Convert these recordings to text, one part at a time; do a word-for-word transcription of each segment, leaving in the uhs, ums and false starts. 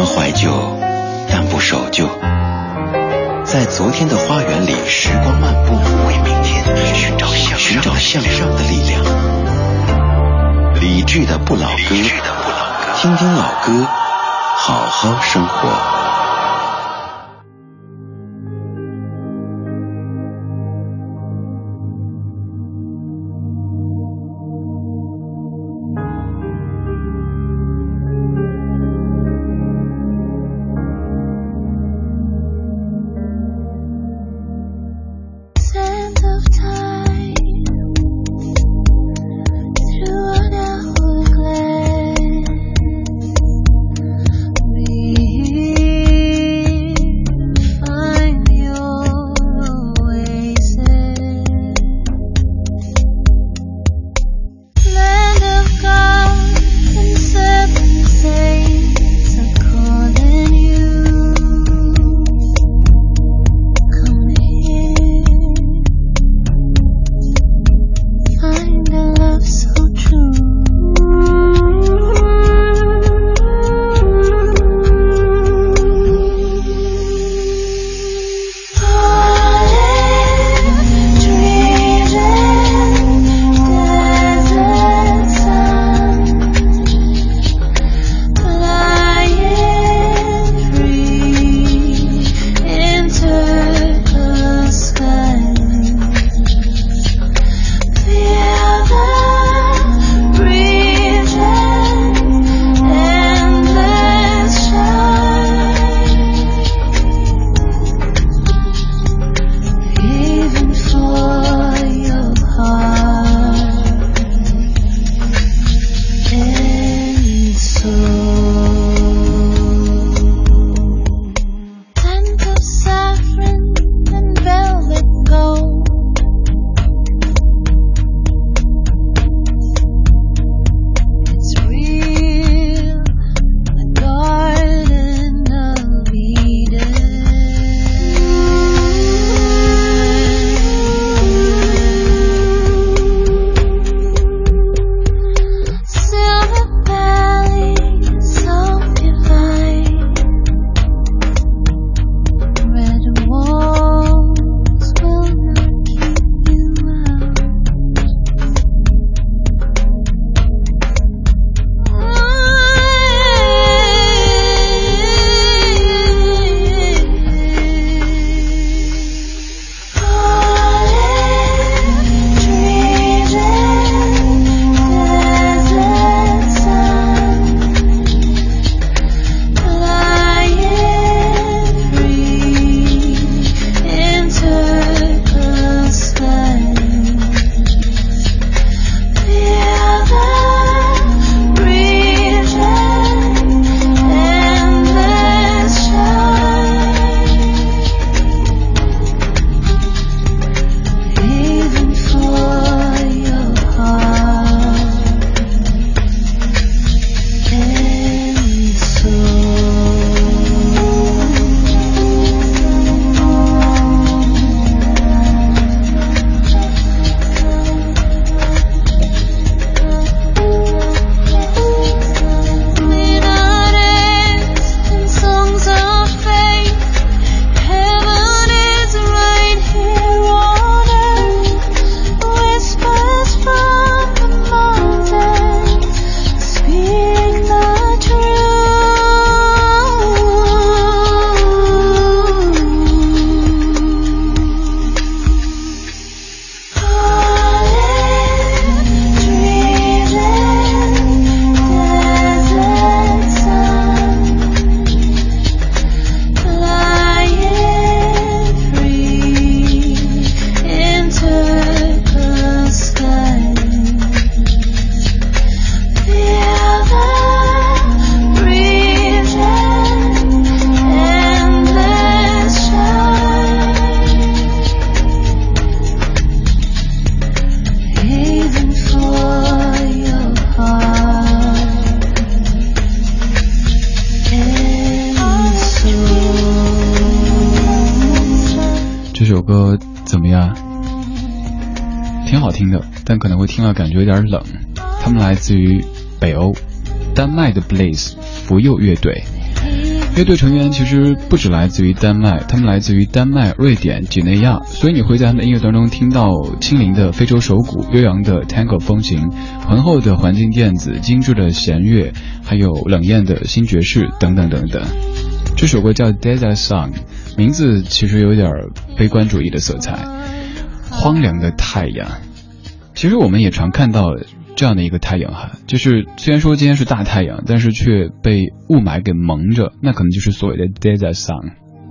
么怀旧，但不守旧。在昨天的花园里，时光漫步，为明天寻找向寻找向上的力量。理智的不老歌，听听老歌，好好生活。 这首歌怎么样？挺好听的，但可能会听了感觉有点冷。他们来自于北欧，丹麦的 Blaze 福佑乐队。 乐队成员其实不只来自于丹麦，他们来自于丹麦、瑞典、几内亚，所以你会在他们的音乐当中听到轻灵的非洲手鼓、悠扬的 Tango 风情、浑厚的环境电子、精致的弦乐，还有冷艳的新爵士等等等等。这首歌叫 Desert Song， 名字其实有点悲观主义的色彩，荒凉的太阳。其实我们也常看到这样的一个太阳哈，就是虽然说今天是大太阳，但是却被雾霾给蒙着，那可能就是所谓的 Desert Sun。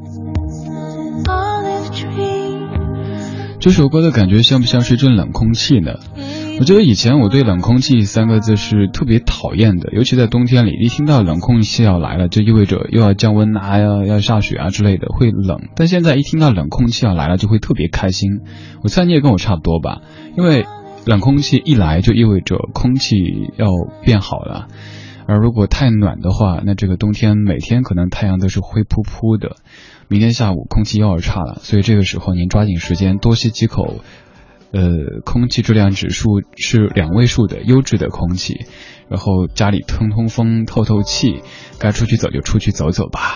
这首歌的感觉像不像是一阵冷空气呢？我觉得以前我对冷空气三个字是特别讨厌的，尤其在冬天里，一听到冷空气要来了，就意味着又要降温啊，要要下雪啊之类的，会冷。但现在一听到冷空气要来了，就会特别开心。我猜你也跟我差不多吧，因为冷空气一来就意味着空气要变好了，而如果太暖的话，那这个冬天每天可能太阳都是灰扑扑的，明天下午空气又要差了，所以这个时候您抓紧时间多吸几口呃，空气质量指数是两位数的优质的空气，然后家里通通风透透气，该出去走就出去走走吧。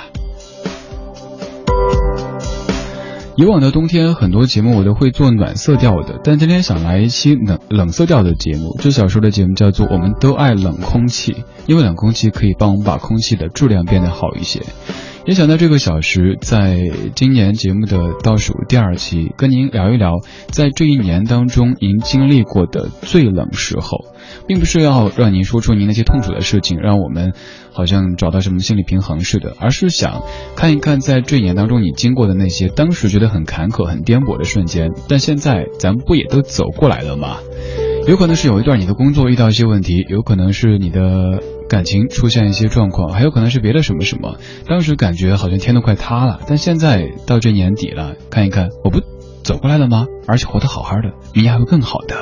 以往的冬天很多节目我都会做暖色调的，但今天想来一期冷冷色调的节目。这小时候的节目叫做我们都爱冷空气，因为冷空气可以帮我们把空气的质量变得好一些。也想到这个小时在今年节目的倒数第二期，跟您聊一聊在这一年当中您经历过的最冷时候，并不是要让您说出您那些痛楚的事情，让我们好像找到什么心理平衡似的，而是想看一看在这一年当中你经过的那些当时觉得很坎坷很颠簸的瞬间，但现在咱们不也都走过来了吗？有可能是有一段你的工作遇到一些问题，有可能是你的感情出现一些状况，还有可能是别的什么什么，当时感觉好像天都快塌了，但现在到这年底了，看一看我不走过来了吗？而且活得好好的，明年还会更好的。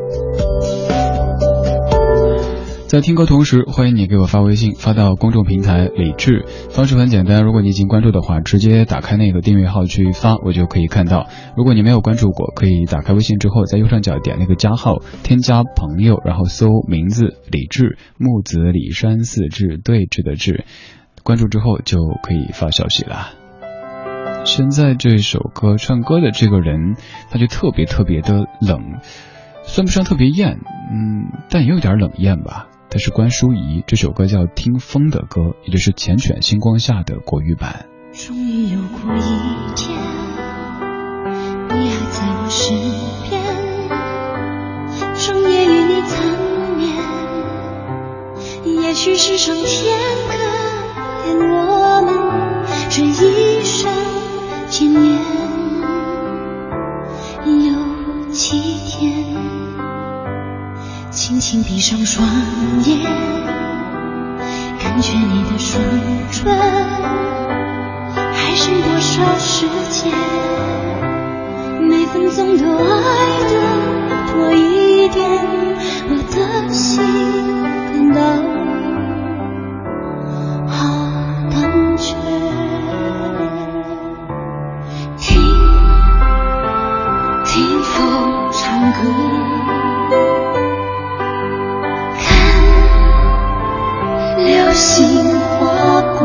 在听歌同时，欢迎你给我发微信，发到公众平台李志，方式很简单，如果你已经关注的话，直接打开那个订阅号去发，我就可以看到。如果你没有关注过，可以打开微信之后，在右上角点那个加号，添加朋友，然后搜名字李志，木子李山四志对峙的志，关注之后就可以发消息了。现在这首歌唱歌的这个人，他就特别特别的冷，算不上特别艳，嗯，但也有点冷艳吧。它是关淑怡，这首歌叫《听风的歌》，也就是缱绻星光下的国语版。 终于有过一天，你还在我身边，终夜与你缠绵，也许是上天可怜我们这一生见面有几天，轻轻闭上双眼，感觉你的双唇，还剩多少时间，每分钟都爱的多一点，我的心感到好胆怯。听听风唱歌，流星划过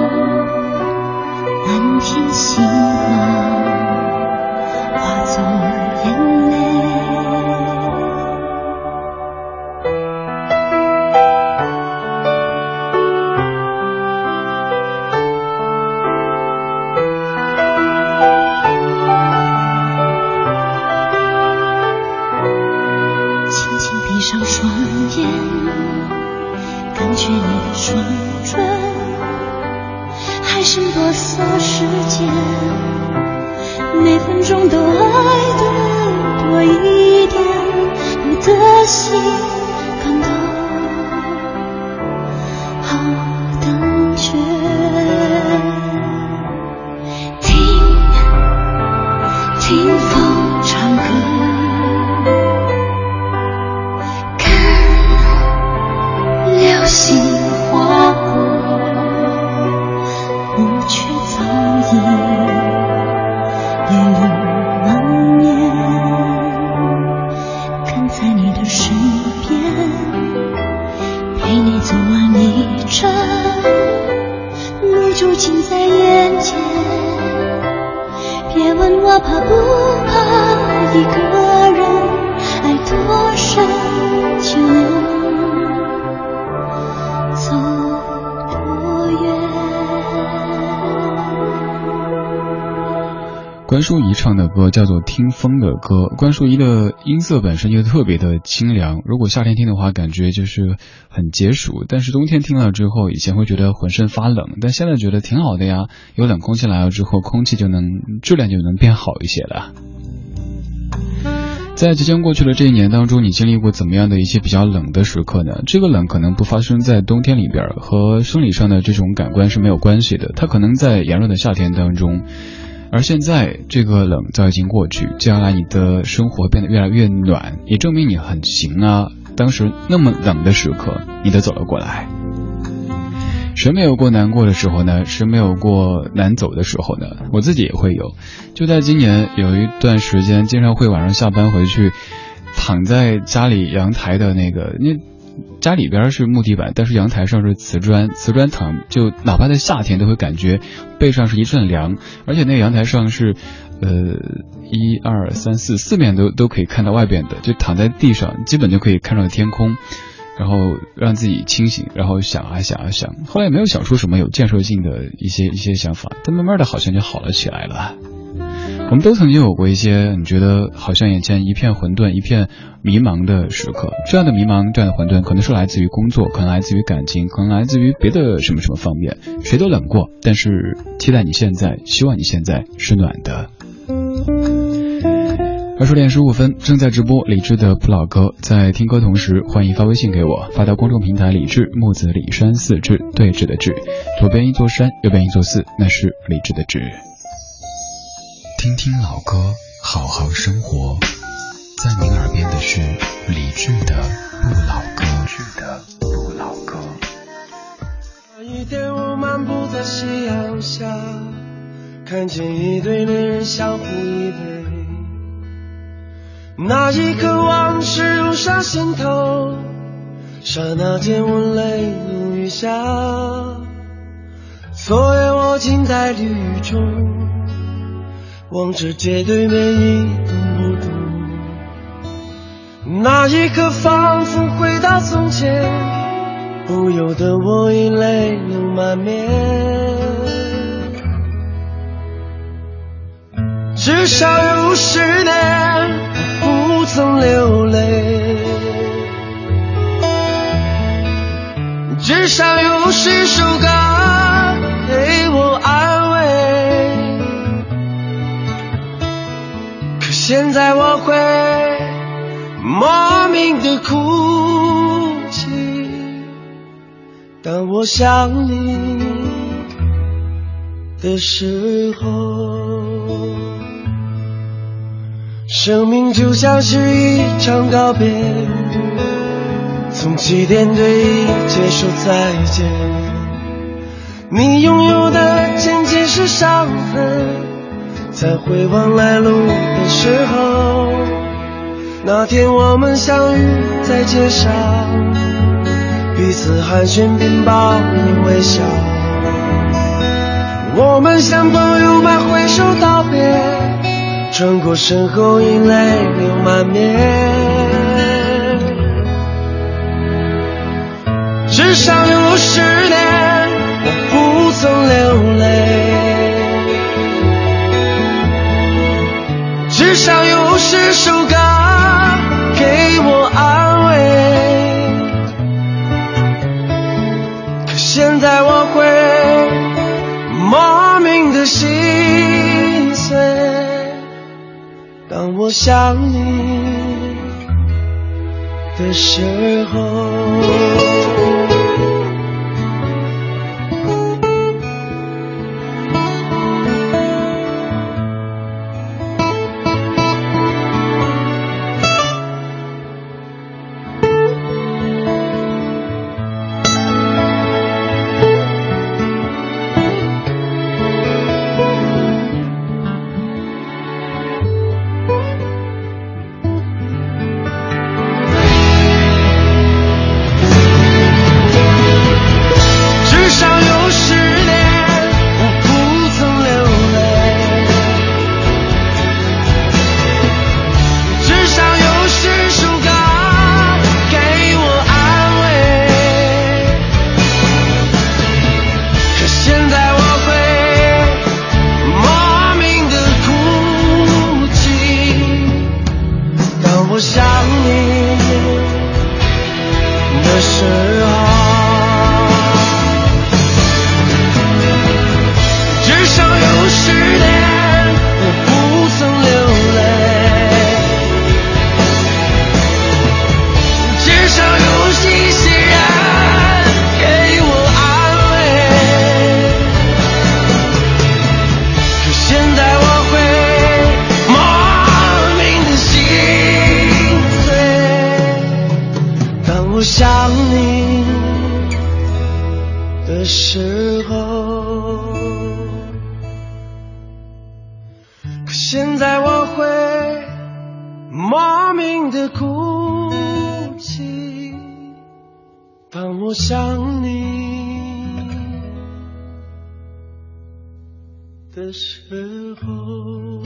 满天星芒，化作眼泪。轻轻闭上双眼，感觉你的双唇，还剩多少时间，每分钟都爱的多一点，我的心感到好胆怯。听听风唱歌，流星划过，我却早已泪流满面，看在你的身边， 住近在眼前，别问我怕不怕一个人爱多深就走多远。 关淑怡唱的歌叫做《听风的歌》，关淑怡的音色本身就特别的清凉，如果夏天听的话感觉就是很解暑，但是冬天听了之后以前会觉得浑身发冷，但现在觉得挺好的呀，有冷空气来了之后空气就能质量就能变好一些了。在即将过去的这一年当中，你经历过怎么样的一些比较冷的时刻呢？这个冷可能不发生在冬天里边，和生理上的这种感官是没有关系的，它可能在炎热的夏天当中。而现在这个冷早已经过去，接下来你的生活变得越来越暖，也证明你很行啊。当时那么冷的时刻你都走了过来。谁没有过难过的时候呢？谁没有过难走的时候呢？我自己也会有。就在今年有一段时间，经常会晚上下班回去躺在家里阳台的那个，那家里边是木地板，但是阳台上是瓷砖，瓷砖躺就哪怕在夏天都会感觉背上是一阵凉，而且那个阳台上是呃一二三四四面都都可以看到外边的，就躺在地上基本就可以看到天空，然后让自己清醒，然后想啊想啊想，后来也没有想出什么有建设性的一些一些想法，但慢慢的好像就好了起来了。我们都曾经有过一些你觉得好像眼前一片混沌一片迷茫的时刻，这样的迷茫这样的混沌可能是来自于工作，可能来自于感情，可能来自于别的什么什么方面，谁都冷过，但是期待你现在，希望你现在是暖的。二十点十五分正在直播李志的普老歌，在听歌同时欢迎发微信给我，发到公众平台李志木子李山四志对峙的志，左边一座山右边一座寺，那是李志的志。 听听老歌，好好生活。在您耳边的是李志的不老歌。不老歌。 那一天我漫步在夕阳下，看见一对恋人相互依偎，那一刻往事涌上心头，刹那间我泪如雨下。昨夜我静在绿雨中，望着街对面一动不动，那一刻仿佛回到从前，不由得我已泪流满面。至少有十年不曾流泪，至少有十首歌给我安慰，可现在我会莫名的哭泣，当我想你的时候。生命就像是一场告别，从起点对一切说再见，你拥有的渐渐是伤痕，在回望来路的时候，那天我们相遇在街上，彼此寒暄并报以微笑，我们像朋友般挥手道别，穿过身后已泪流满面。至少有十年我不曾流泪，至少有十首歌给我安慰，可现在我会莫名的心碎，当我想你的时候。 时候。可现在我会莫名的哭泣，当我想你的时候。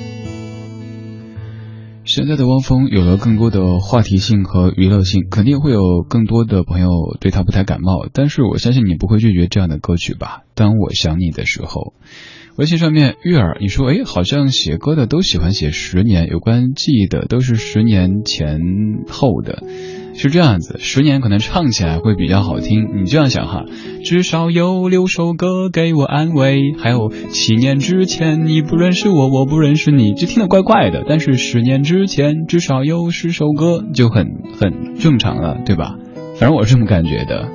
现在的汪峰有了更多的话题性和娱乐性，肯定会有更多的朋友对他不太感冒，但是我相信你不会拒绝这样的歌曲吧。当我想你的时候。微信上面玉儿，你说诶，好像写歌的都喜欢写十年，有关记忆的都是十年前后的，是这样子，十年可能唱起来会比较好听。你这样想哈，至少有六首歌给我安慰，还有七年之前你不认识我，我不认识你，就听得怪怪的。但是十年之前至少有十首歌就很很正常了，对吧？反正我是这么感觉的。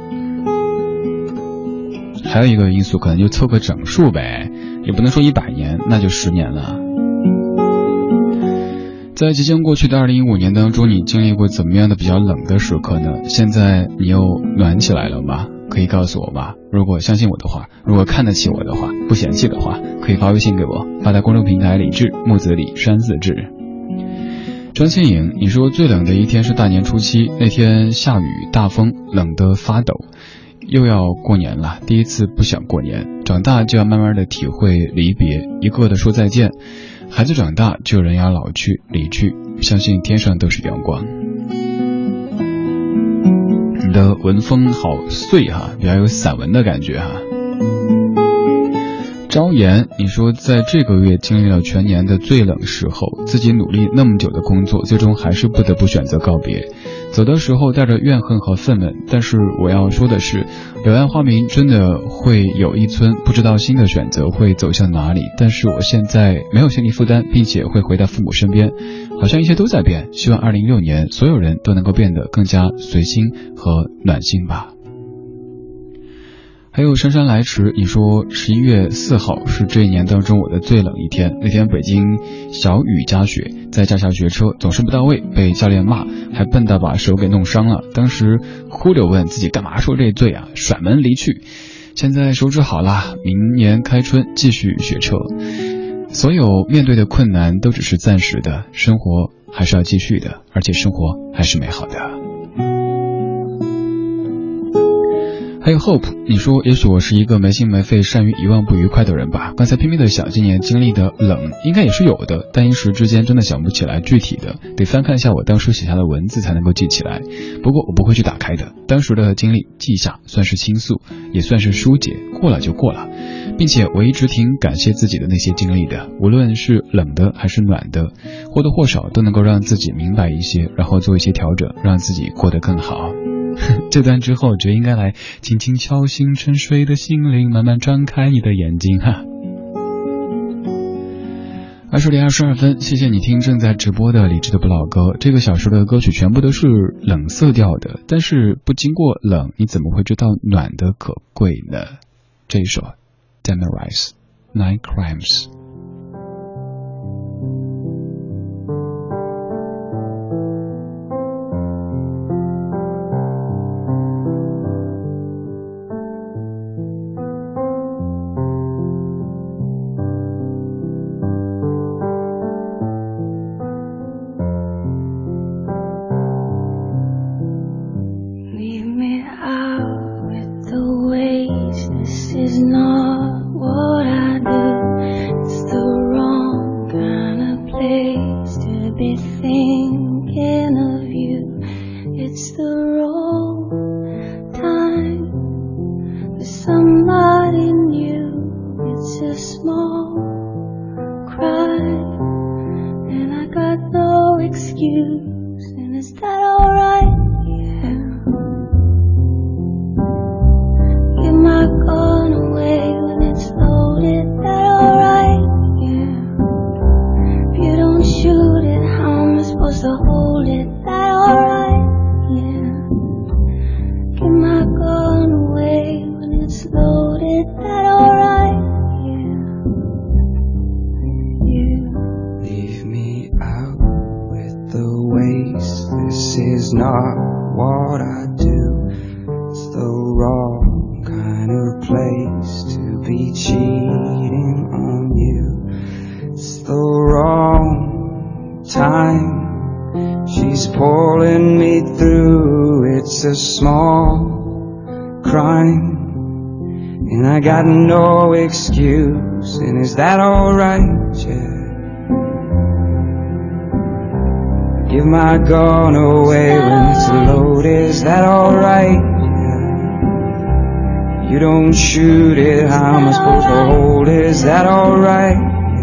还有一个因素可能就凑个整数呗，也不能说一百年，那就十年了。在即将过去的二零一五年当中，你经历过怎么样的比较冷的时刻呢？现在你又暖起来了吗？可以告诉我吗？如果相信我的话，如果看得起我的话，不嫌弃的话，可以发微信给我，发在公众平台李志，木子李山寺志。张倩颖，你说最冷的一天是大年初七，那天下雨大风，冷得发抖。又要过年了，第一次不想过年，长大就要慢慢的体会离别，一个的说再见。孩子长大就有人要老去离去，相信天上都是阳光。你的文风好碎哈，比较有散文的感觉哈。昭言，你说在这个月经历了全年的最冷时候，自己努力那么久的工作，最终还是不得不选择告别。走的时候带着怨恨和愤懑，但是我要说的是，柳暗花明真的会有一村，不知道新的选择会走向哪里，但是我现在没有心理负担，并且会回到父母身边，好像一切都在变，希望二零一六年所有人都能够变得更加随心和暖心吧。还有姗姗来迟，你说十一月四号是这一年当中我的最冷一天，那天北京小雨加雪，在驾校学车总是不到位，被教练骂，还笨到把手给弄伤了，当时哭着问自己干嘛受这罪啊，甩门离去。现在收拾好了，明年开春继续学车，所有面对的困难都只是暂时的，生活还是要继续的，而且生活还是美好的。还有 Hope， 你说也许我是一个没心没肺善于遗忘不愉快的人吧，刚才拼命的想今年经历的冷应该也是有的，但一时之间真的想不起来具体的，得翻看一下我当时写下的文字才能够记起来，不过我不会去打开的，当时的经历记下算是倾诉，也算是疏解，过了就过了，并且我一直挺感谢自己的那些经历的，无论是冷的还是暖的，或多或少都能够让自己明白一些，然后做一些调整，让自己过得更好。这段之后就应该来轻轻敲醒沉睡的心灵，慢慢张开你的眼睛哈。二十点二十二分，谢谢你听正在直播的理智的不老歌。这个小时的歌曲全部都是冷色调的，但是不经过冷，你怎么会知道暖的可贵呢？这一首 Demarize Nine Crimes。 Slow be cheating on you. It's the wrong time. She's pulling me through. It's a small crime, and I got no excuse. And is that alright? Yeah. Give my gun away when it's loaded. Is that alright? Yeah. You don't shoot it, how am I supposed to hold it? Is that alright?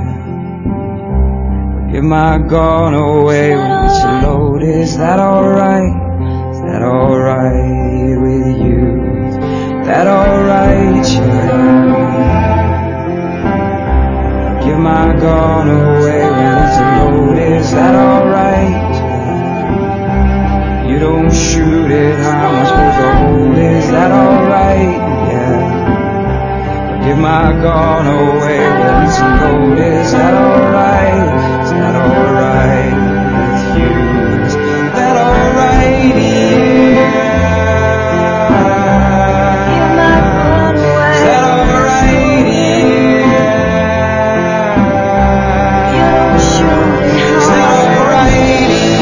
Yeah. Give my gun away when it's loaded. Is that alright? Is that alright with you? Is that alright? Yeah. Give my gun away when it's loaded. Is that alright? You don't shoot it, how am I supposed to hold it? Is that alright? Yeah. Give my gun away when it's loaded. Is that alright? Is that alright with you? Is that alright? Yeah. Give my gun away. Is that alright? Yeah. You don't shoot it, how is that alright?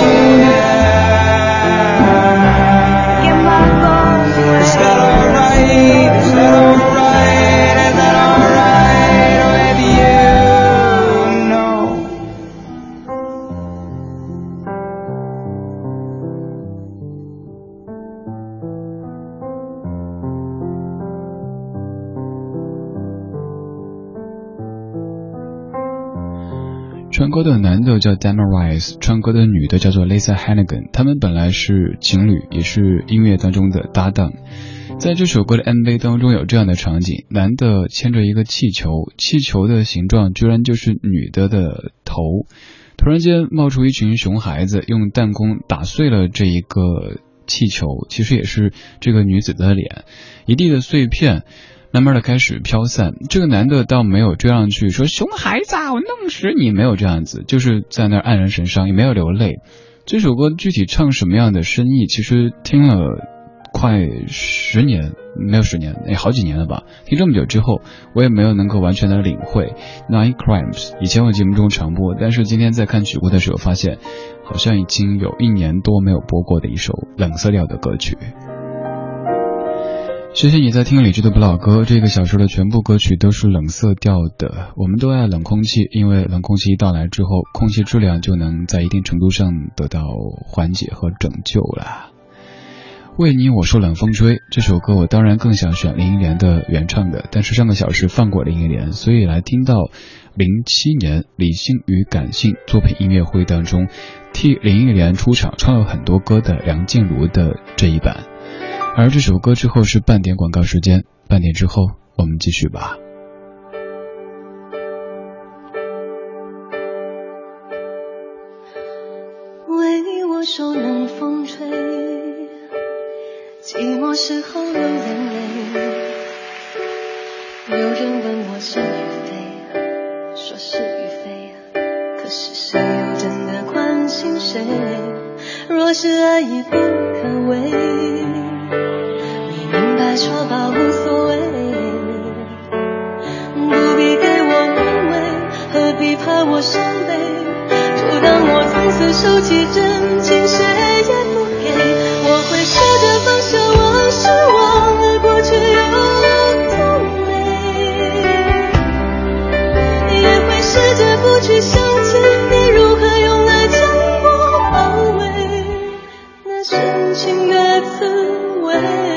唱歌的男的叫 Daniel Rice， 唱歌的女的叫做 Lisa Hannigan， 他们本来是情侣，也是音乐当中的搭档。在这首歌的 M V 当中有这样的场景，男的牵着一个气球，气球的形状居然就是女的的头，突然间冒出一群熊孩子，用弹弓打碎了这一个气球，其实也是这个女子的脸，一地的碎片慢慢的开始飘散。这个男的倒没有追上去说熊孩子啊，我弄死你，没有这样子，就是在那儿黯然神伤，也没有流泪。这首歌具体唱什么样的深意，其实听了快十年，没有十年，也好几年了吧。听这么久之后，我也没有能够完全的领会 Nine Crimes。以前我节目中常播，但是今天在看曲库的时候发现，好像已经有一年多没有播过的一首冷色调的歌曲。谢谢你在听理智的不老歌，这个小说的全部歌曲都是冷色调的。我们都爱冷空气，因为冷空气一到来之后，空气质量就能在一定程度上得到缓解和拯救了。为你我说冷风吹，这首歌我当然更想选林忆莲的原唱的，但是上个小时放过林忆莲，所以来听到零七年理性与感性作品音乐会当中替林忆莲出场唱了很多歌的梁静茹的这一版。而这首歌之后是半点广告时间，半点之后我们继续吧。 为你我受冷风吹，寂寞时候流眼泪，有人问我是与非，说是与非，可是谁又真的关心谁？若是爱已不可为，你明白说吧无所谓，不必给我安慰，何必怕我伤悲，就当我从此收起真情，谁也不给。我会试着放下往事，忘了过去有多美，也会试着不去想起你如何用来将我包围，那深情的滋味。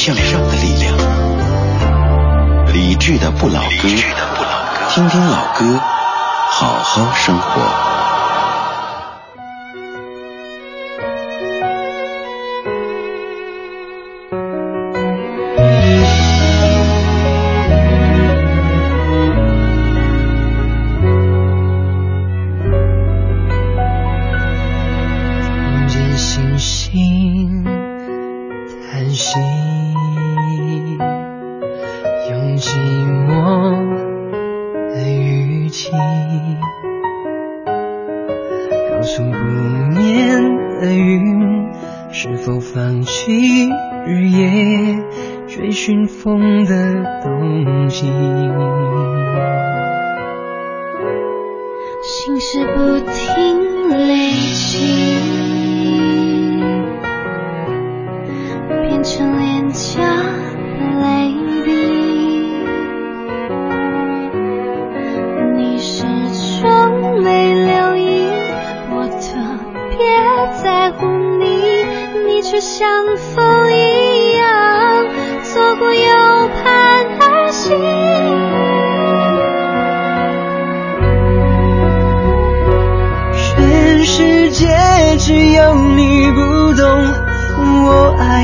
向上的力量。理智的不老歌，听听老歌，好好生活。 风的冬季， 心事不停累积，变成廉价的泪滴。你始终没留意，我特别在乎你，你却像风一样错过又盼而行。 全世界只有你不懂我爱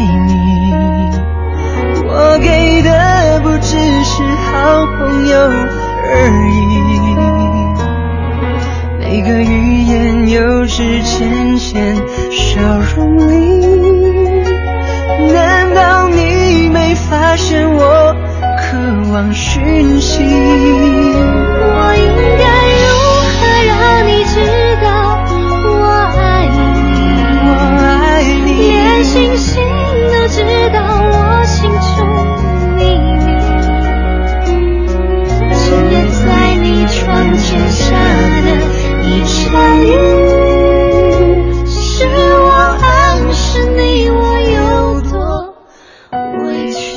你，我给的不只是好朋友而已。每个语言幼稚浅浅笑容里，难道你没发现我渴望讯息？ 我应该如何让你知道我爱你？ 我爱你， 连星星都知道我心中秘密。今夜在你窗前下的一场雨，是我暗示你我有多委屈。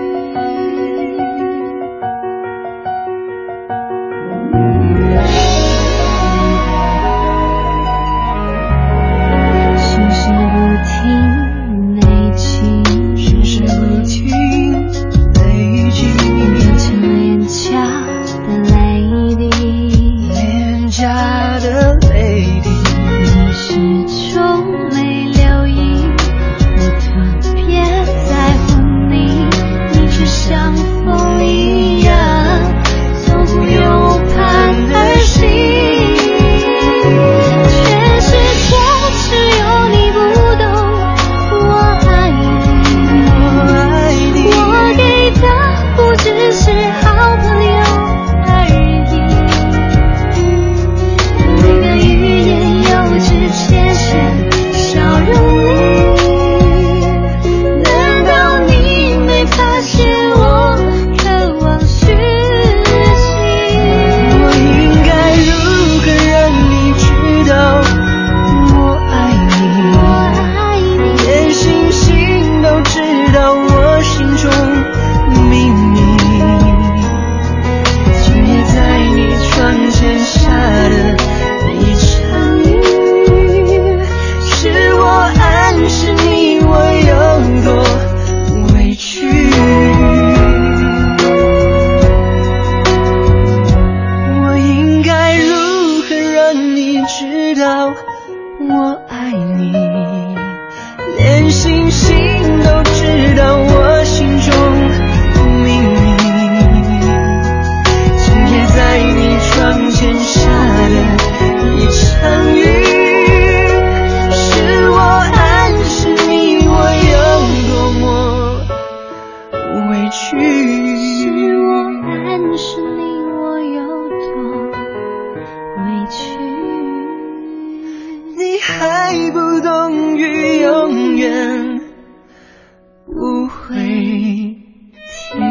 心事不停累积， 心事不停累积， 变成廉价的泪滴， 廉价的泪滴。 你始终没留意，我特别在乎你，你却像风一样走过又盼而行。全世界只有你不懂我爱你， 我爱你， 我给的不只是好朋友而已。每个语言幼稚浅浅笑容里，难道你没发现我渴望讯息？ 我应该如何让你知道我爱你？ 我爱你， 连星星都知道我心中秘密。今夜在你窗前下的一场雨，是我暗示你我有多委屈。我应该如何让你知道我爱你？连星星都知道我心中秘密。今夜在你窗前下的一场雨，是我暗示你我有多么委屈。 是我暗示你我有多委屈。 你还不懂雨永远不会停。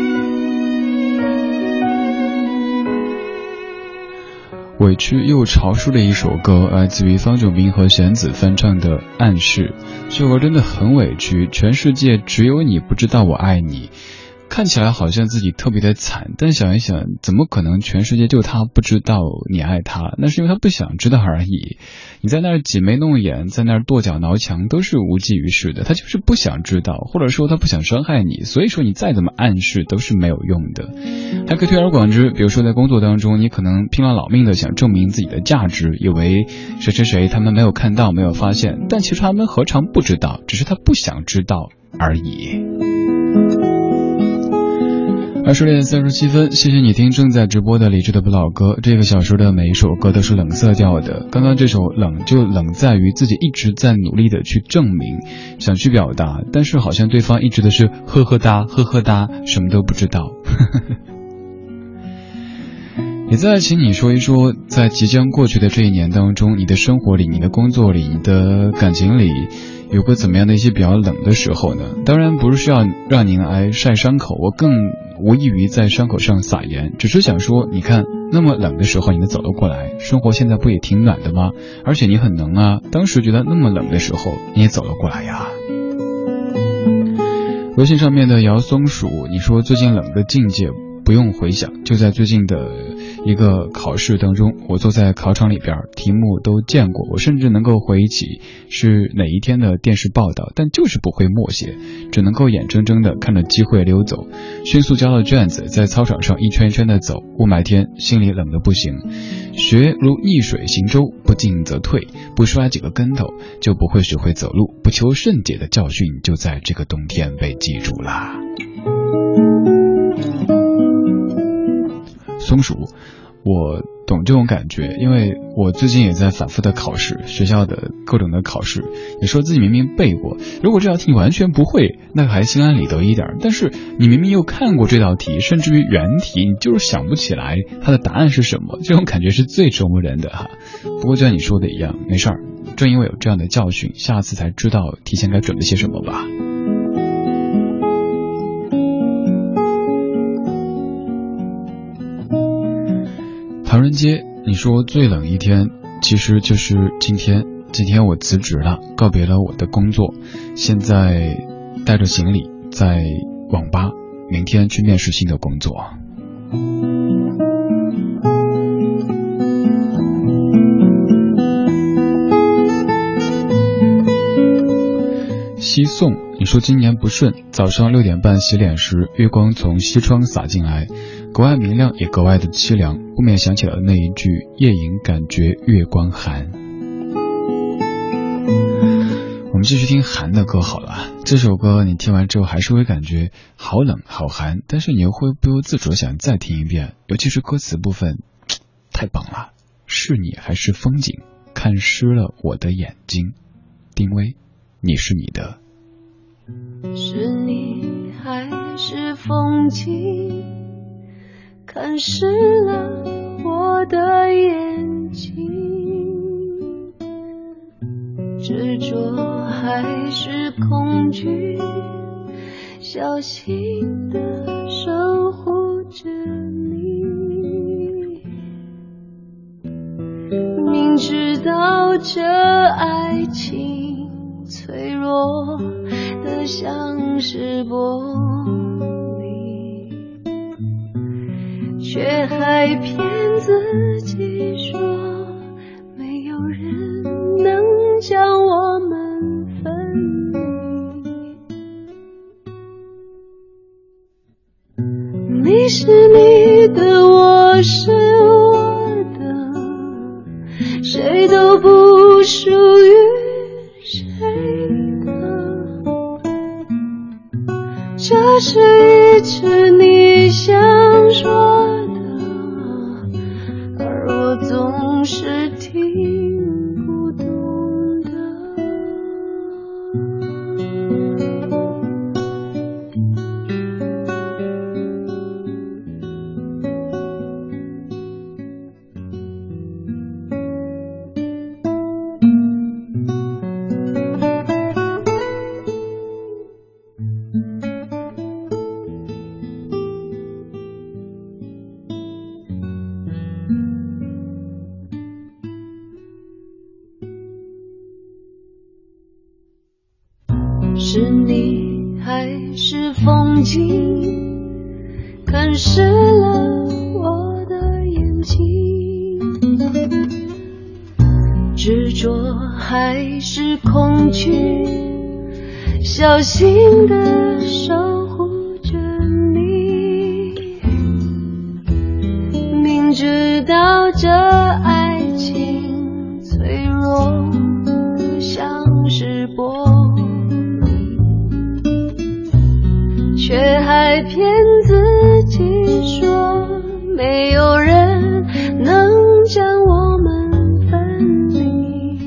委屈又潮湿的一首歌，来自于方炯明和弦子翻唱的《暗示》。这首歌真的很委屈，全世界只有你不知道我爱你。 看起来好像自己特别的惨，但想一想，怎么可能全世界就他不知道你爱他？那是因为他不想知道而已。你在那儿挤眉弄眼，在那儿跺脚挠墙，都是无济于事的。他就是不想知道，或者说他不想伤害你，所以说你再怎么暗示都是没有用的。还可以推而广之，比如说在工作当中，你可能拼了老命的想证明自己的价值，以为谁谁谁他们没有看到，没有发现，但其实他们何尝不知道，只是他不想知道而已。二十点三十七分，谢谢你听正在直播的理智的不老歌。这个小时的每一首歌都是冷色调的，刚刚这首冷就冷在于自己一直在努力的去证明，想去表达，但是好像对方一直的是呵呵哒呵呵哒，什么都不知道。也再请你说一说，在即将过去的这一年当中，你的生活里、你的工作里、你的感情里有过怎么样的一些比较冷的时候呢？当然不是需要让您来晒伤口，我更无异于在伤口上撒盐，只是想说，你看那么冷的时候你能走得过来，生活现在不也挺暖的吗？而且你很能啊，当时觉得那么冷的时候你也走得过来呀。微信上面的姚松鼠，你说最近冷的境界不用回想，就在最近的一个考试当中，我坐在考场里边，题目都见过，我甚至能够回忆起是哪一天的电视报道，但就是不会默写，只能够眼睁睁的看着机会溜走。迅速交了卷子，在操场上一圈一圈的走，雾霾天，心里冷得不行。学如逆水行舟，不进则退，不摔几个跟头就不会学会走路，不求甚解的教训就在这个冬天被记住啦。松鼠，我懂这种感觉，因为我最近也在反复的考试，学校的各种的考试，也说自己明明背过，如果这道题你完全不会，那还心安理得一点，但是你明明又看过这道题，甚至于原题你就是想不起来它的答案是什么，这种感觉是最折磨人的哈。不过就像你说的一样，没事儿，正因为有这样的教训，下次才知道提前该准备些什么吧。唐人街，你说最冷一天其实就是今天。今天我辞职了，告别了我的工作，现在带着行李在网吧，明天去面试新的工作。西宋，你说今年不顺，早上六点半洗脸时，月光从西窗洒进来，格外明亮也格外的凄凉，不免想起了那一句夜饮感觉月光寒。我们继续听寒的歌好了，这首歌你听完之后还是会感觉好冷好寒，但是你又会不由自主想再听一遍，尤其是歌词部分太棒了。是你还是风景，看湿了我的眼睛。丁薇，你是你的。 是你还是风景，看湿了我的眼睛，执着还是恐惧，小心地守护着你。明知道这爱情脆弱得像是玻璃，却还骗自己说没有人能将我们分离。你是你的，我是我的，谁都不属于谁的，这是一直你想说的，而我总是听不懂的。是你还是风景， 看湿了我的眼睛，执着还是恐惧，小心地守护着你，明知道这爱情脆弱得像是玻璃，却还骗自己说没有人能将我们分离。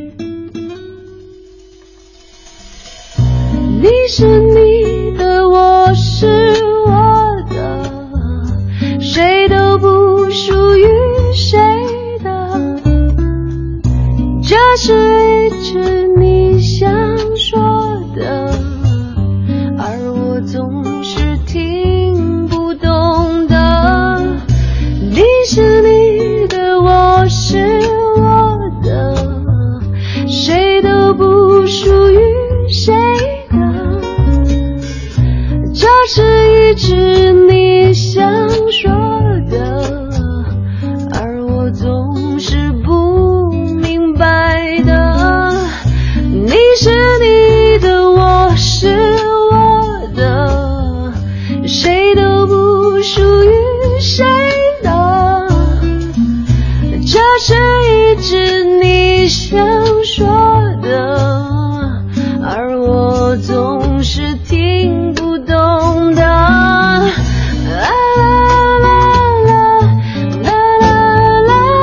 你是你的，我是我的，谁都不属于谁的，这是一直你想说的，而我总是听不懂的。你是你的，我是我的，谁都不属于谁的，这是一直你想说的，而我总是不明白的。你是你的，我是我的，谁都不属于谁的，这是一直你想说的，而我总是听不懂的。啦啦啦啦啦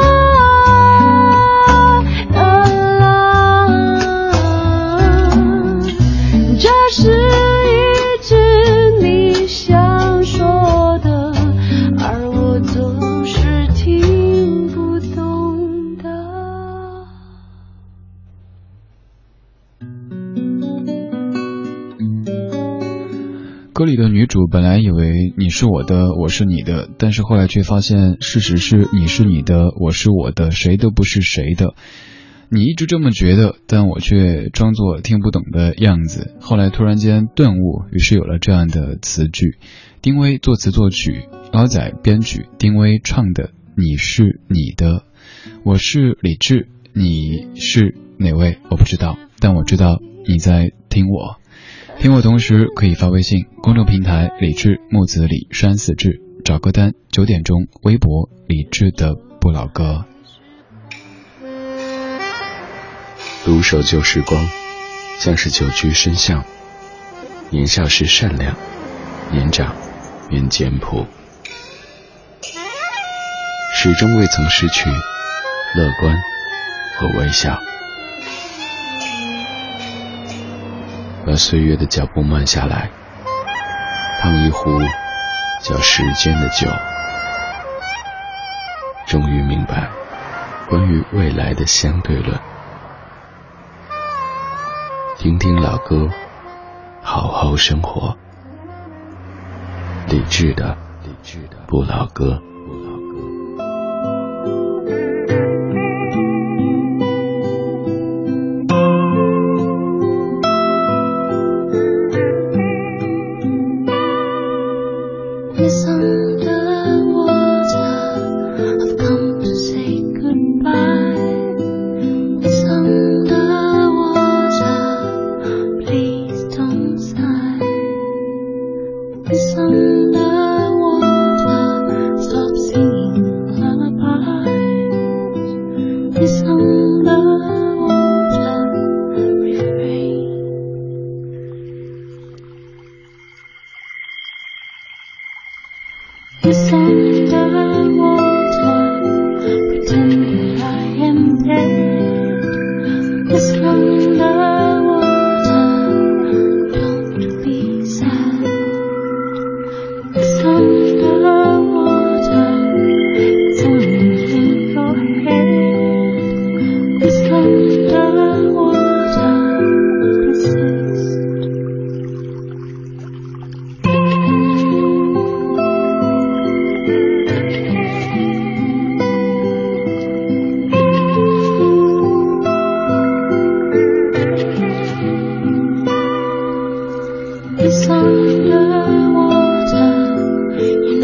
啦啦，这是一直你想说的，而我总是听不懂的。 歌里的女主本来以为你是我的，我是你的，但是后来却发现事实是你是你的，我是我的，谁都不是谁的。你一直这么觉得，但我却装作听不懂的样子。后来突然间顿悟，于是有了这样的词句。丁薇作词作曲，敖仔编曲，丁薇唱的你是你的，我是李志，你是哪位我不知道，但我知道你在听我。听我同时可以发微信公众平台李志木子李山四志，找歌单九点钟微博李志的不老歌。 独守旧时光，像是久居深巷。年少时善良，年长便简朴，始终未曾失去乐观和微笑。把岁月的脚步慢下来，烫一壶叫时间的酒，终于明白关于未来的相对论。听听老歌，好好生活。理智的不老歌。 It's underwater.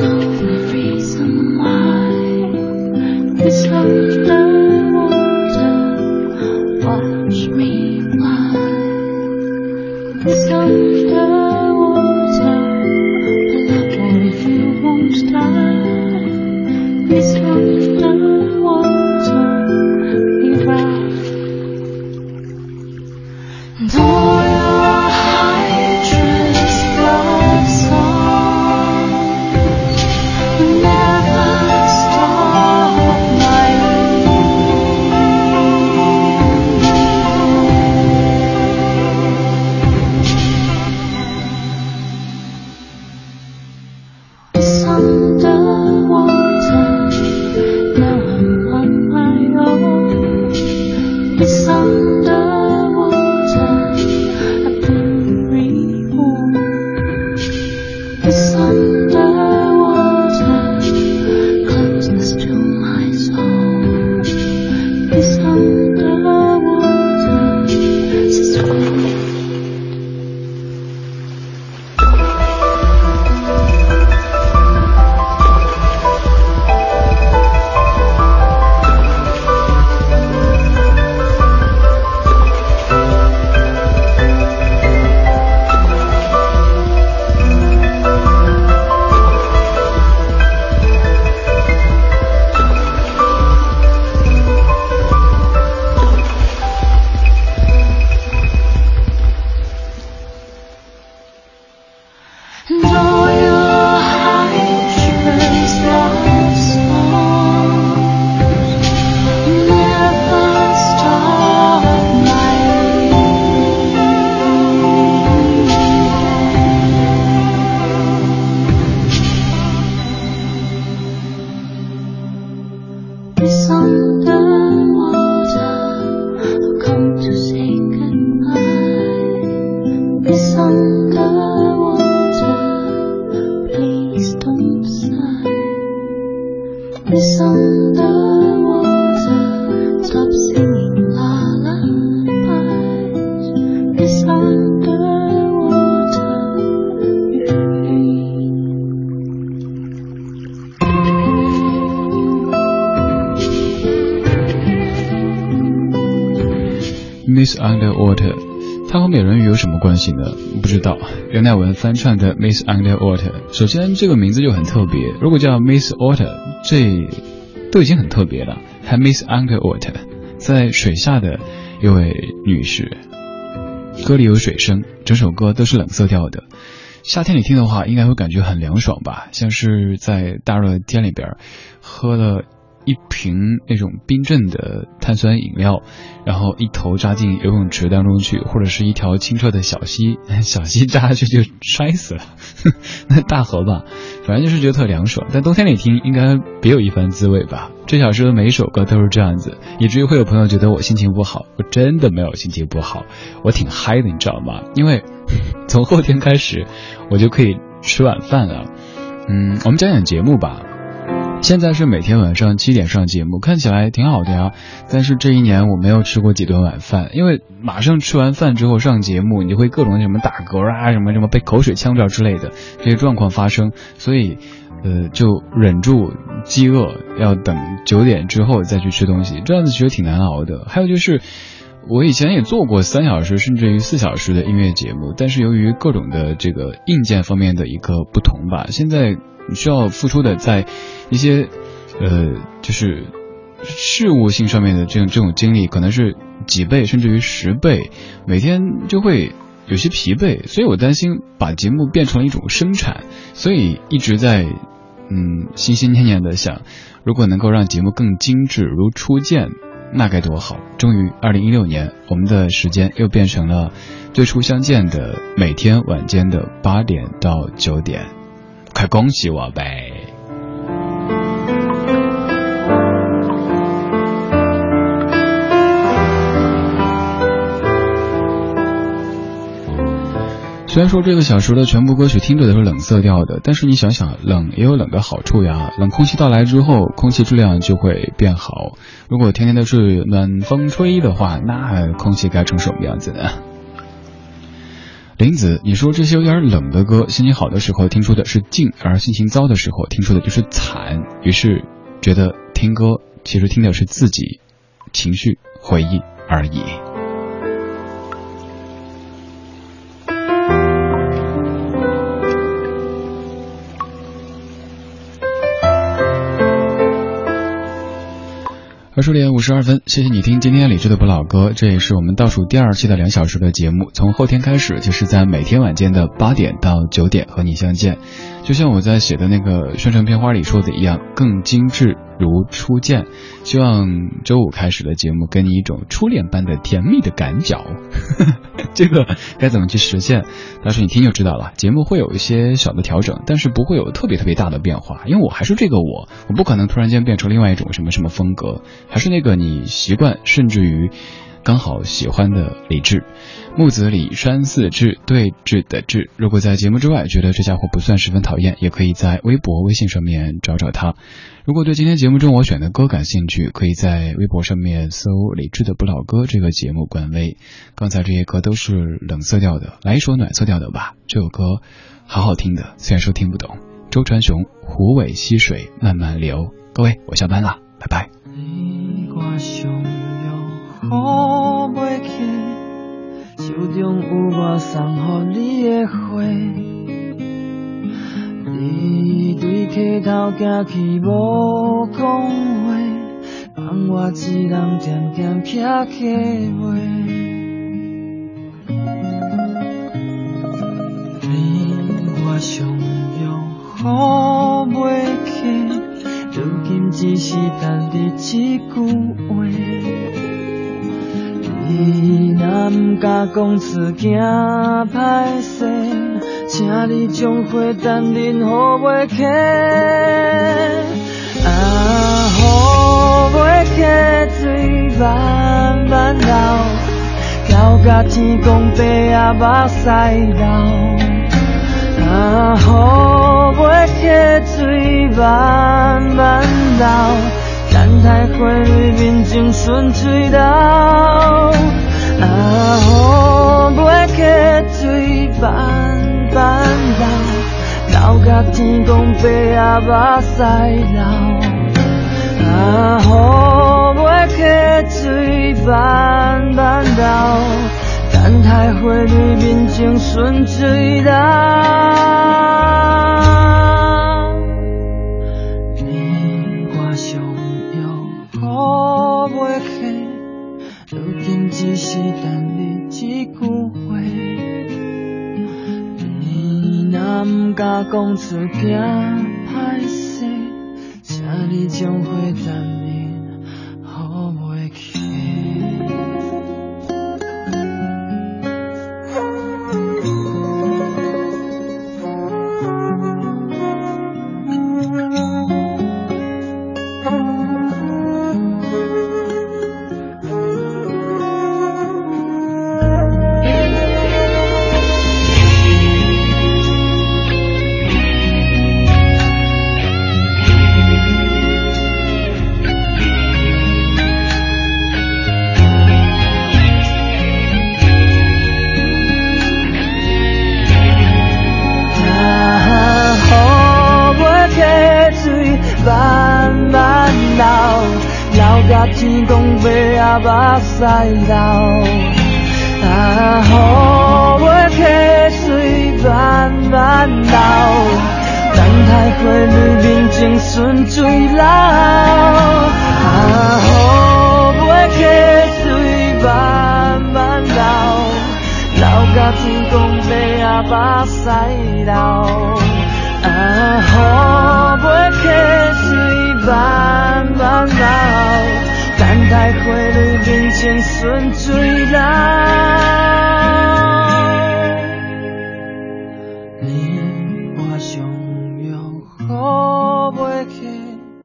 Miss Underwater， 它和美人鱼有什么关系呢？不知道。刘乃文翻唱的 Miss Underwater， 首先这个名字就很特别，如果叫 Miss Water， 这都已经很特别了，还 Miss Underwater， 在水下的一位女士，歌里有水声，整首歌都是冷色调的。夏天里听的话，应该会感觉很凉爽吧，像是在大热天里边喝了一瓶那种冰镇的碳酸饮料，然后一头扎进游泳池当中去，或者是一条清澈的小溪，小溪扎下去就摔死了，那大河吧，反正就是觉得特凉爽。但冬天里听应该别有一番滋味吧。这小时的每一首歌都是这样子，以至于会有朋友觉得我心情不好，我真的没有心情不好，我挺嗨的，你知道吗？因为从后天开始我就可以吃晚饭了。嗯，我们讲讲节目吧。现在是每天晚上七点上节目，看起来挺好的呀。但是这一年我没有吃过几顿晚饭，因为马上吃完饭之后上节目，你就会各种什么打嗝啊，什么什么被口水呛着之类的这些状况发生，所以呃就忍住饥饿，要等九点之后再去吃东西，这样子其实挺难熬的。还有就是我以前也做过三小时甚至于四小时的音乐节目，但是由于各种的这个硬件方面的一个不同吧，现在需要付出的在一些呃就是事务性上面的这种这种精力可能是几倍甚至于十倍，每天就会有些疲惫，所以我担心把节目变成了一种生产，所以一直在嗯心心念念的想，如果能够让节目更精致如初见那该多好。终于二零一六年我们的时间又变成了最初相见的每天晚间的八点到九点，快恭喜我呗。虽然说这个小时的全部歌曲听着都是冷色调的，但是你想想，冷也有冷的好处呀。冷空气到来之后，空气质量就会变好。如果天天都是暖风吹的话，那空气该成什么样子呢？林子，你说这些有点冷的歌，心情好的时候听出的是静，而心情糟的时候听出的就是惨。于是觉得听歌其实听的是自己情绪回忆而已。 二十点五十二分，谢谢你听今天理智的不老歌，这也是我们倒数第二期的两小时的节目，从后天开始就是在每天晚间的八点到九点和你相见。就像我在写的那个宣传片花里说的一样，更精致如初见。希望周五开始的节目给你一种初恋般的甜蜜的感觉。这个该怎么去实现？到时你听就知道了。节目会有一些小的调整，但是不会有特别特别大的变化，因为我还是这个我，我不可能突然间变成另外一种什么什么风格，还是那个你习惯甚至于刚好喜欢的李志。木子李山寺志，对峙的志。如果在节目之外觉得这家伙不算十分讨厌，也可以在微博微信上面找找他。如果对今天节目中我选的歌感兴趣，可以在微博上面搜李志的不老歌这个节目官微。刚才这些歌都是冷色调的，来一首暖色调的吧。这首歌好好听的，虽然说听不懂。周传雄，湖尾溪水慢慢流。各位，我下班了，拜拜。 手中有我送予你的花，你对溪头行去无讲话，放我一人点点徛起话。你我相约好袂去，如今只是等你一句话。你若不敢讲出惊歹势，请你将花等恁予袂起。啊，予袂起水慢慢流，流甲天公伯仔目屎流。啊，予袂起水慢慢流，等待花蕊面前顺水流。啊，予袂起水慢慢流，流甲天公伯仔目屎流。啊，予袂起水慢慢流，等待花蕊面前顺水流。只是等你一句话，你若不敢讲出惊歹势，请你将花等恁予袂起。天公伯仔目屎流，啊，予袂起水慢慢流，等待花蕊面前顺水流。啊，予袂起水慢慢流，流甲天公伯仔目屎流。啊，予袂起水慢慢流，等待花蕊面前顺水流。你